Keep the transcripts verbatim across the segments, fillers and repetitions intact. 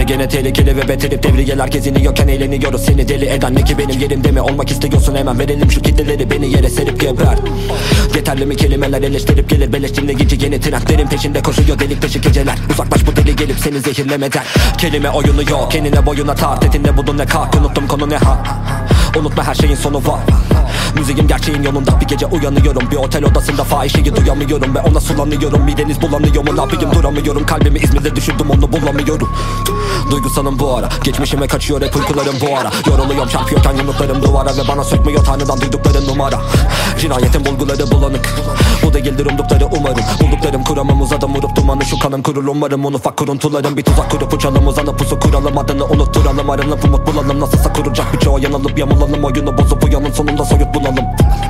gene tehlikeli ve beterip devriyeler geziniyorken eğleniyoruz. Seni deli eden ne ki benim yerimde mi? Olmak istiyorsun hemen verelim şu kitleleri, beni yere serip geber. Yeterli mi kelimeler eleştirip gelir beleştimle gece yeni trendlerin peşinde koşuyor delik taşı geceler. Uzaklaş bu deli gelip seni zehirlemeden. Kelime oyunu yok, kendine boyuna tart, etinde budun ne kalk. Unuttum konu ne ha. Unutma her şeyin sonu var. Müziğim gerçeğin yolunda, bir gece uyanıyorum. Bir otel odasında fahişeyi duyamıyorum ve ona sulanıyorum. Bir deniz bulanıyor mu, ne yapayım duramıyorum. Kalbimi İzmir'de düşürdüm, onu bulamıyorum. Duygusalım bu ara, geçmişime kaçıyor hep uykularım bu ara. Yoruluyorum çarpıyorken yumruklarım duvara ve bana sökmüyor Tanrı'dan duydukları numara. Cinayetin bulguları bulanık, bu değildir umdukları umarım. Bulduklarım kuramım uzadım vurup dumanı, şu kanım kurur umarım. Un ufak kuruntularım bir tuzak kurup uçalım, uzanıp pusu kuralım, adını unutturalım. Arınıp umut bulalım, nasılsa kuracak birçoğu yanılıp yamulalım. Oyunu bozup uyanın sonunda soyut bulalım.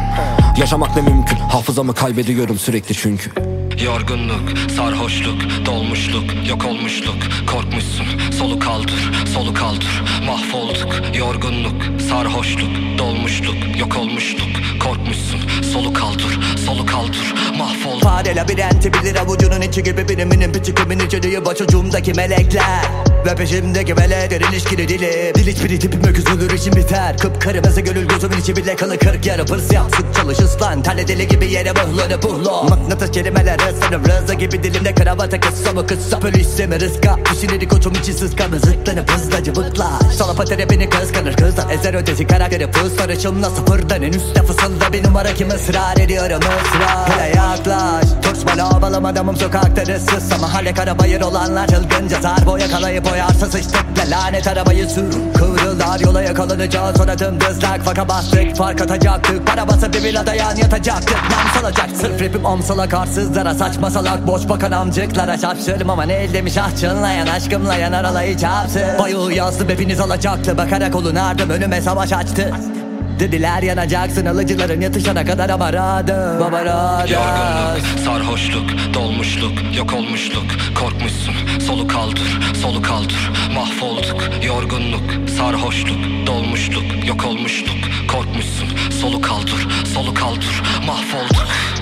Yaşamak ne mümkün, hafızamı kaybediyorum sürekli çünkü. Yorgunluk, sarhoşluk, dolmuşluk, yok olmuşluk. Korkmuşsun, solu kaldır, solu kaldır. Mahvolduk, yorgunluk, sarhoşluk, dolmuşluk, yok olmuşluk. Korkmuşsun, solu kaldır, solu kaldır. Mahvolduk. Fare labirenti bilir avucunun içi gibi, biriminin piçikimin içeriği başucumdaki melekler ve peşimdeki veledir ilişkili dili. Dil hiçbiri tipim öküzülür işim biter. Kıpkırmızı gönül gözümün içi bile kalı kırk yarı pırsiyah. Sık çalış ıslan tane deli gibi yere mıhları buhlo. Mıknatıs kelimeler ısınır rızı gibi dilimde kravata kıssa mı kıssa. Polisi rızka düşüneri koçum içi sızkanı zıtlanıp hızla cıvıklaş. Sola patere beni kıskanır kızlar ezer ötesi karakteri fıs. Sarışımla sıfırdan en üstte fısılda bir numara kim ısrar ediyorum ısrar. Hele yaklaş Turşma lavabalım adamım sokakta ıssız. Mahalle karabayır olanlar çılgınca zarbo yakalayıp oyarsa sıçtıkla lanet arabayı sür. Kıvrılar yola yakalanacağız sonra dımdızlak. Faka bastık fark atacaktık. Para basıp bir villa dayan yatacaktık. Nam salacak sırf rapim omsala karsızlara. Saçma salak boş bakan amcıklara. Şapşırım ama ne el demiş ah çınlayan. Aşkımla yanar alayı çarpsın. Bayıl yazdım hepiniz alacaklı. Bakarak olun ardım önüme savaş açtı. Dediler yanacaksın alıcıların yatışana kadar ama radım baba radım. Yorgunluk, sarhoşluk, dolmuşluk, yok olmuşluk. Korkmuşsun, solu kaldır, solu kaldır. Mahvolduk, yorgunluk, sarhoşluk, dolmuşluk, yok olmuşluk. Korkmuşsun, solu kaldır, solu kaldır. Mahvolduk.